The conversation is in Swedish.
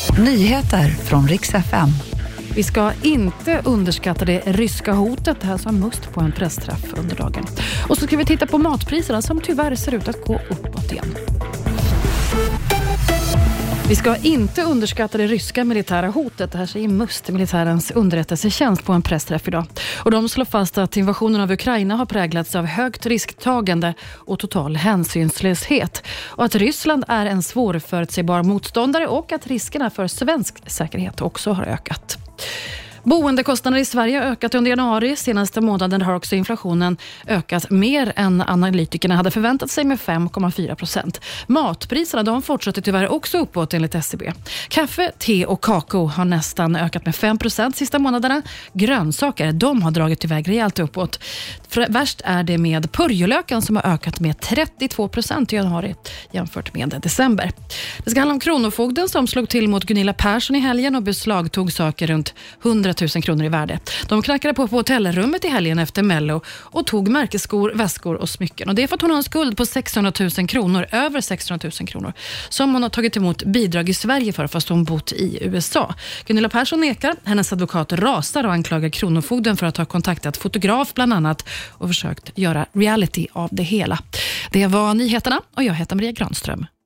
Nyheter från Rix FM. Vi ska inte underskatta det ryska hotet, det här sa Must på en pressträff under dagen. Och så ska vi titta på matpriserna som tyvärr ser ut att gå uppåt igen. Vi ska inte underskatta det ryska militära hotet. Det här säger Must, militärens underrättelsetjänst, på en pressträff idag. Och de slår fast att invasionen av Ukraina har präglats av högt risktagande och total hänsynslöshet. Och att Ryssland är en svårförutsägbar motståndare och att riskerna för svensk säkerhet också har ökat. Boendekostnader i Sverige har ökat under januari. Senaste månaden har också inflationen ökat mer än analytikerna hade förväntat sig, med 5,4%. Matpriserna, de fortsätter tyvärr också uppåt enligt SCB. Kaffe, te och kakao har nästan ökat med 5% sista månaderna. Grönsaker, de har dragit iväg rejält uppåt. Värst är det med purjolöken som har ökat med 32% i januari jämfört med december. Det ska handla om Kronofogden som slog till mot Gunilla Persson i helgen och beslagtog saker runt 100 000 kronor i värde. De knackade på hotellrummet i helgen efter Mello och tog märkesskor, väskor och smycken. Och det är för att hon har en skuld på 600 000 kronor, över 600 000 kronor, som hon har tagit emot bidrag i Sverige för fast hon bott i USA. Gunilla Persson nekar, hennes advokat rasar och anklagar Kronofogden för att ha kontaktat fotograf bland annat och försökt göra reality av det hela. Det var nyheterna och jag heter Maria Granström.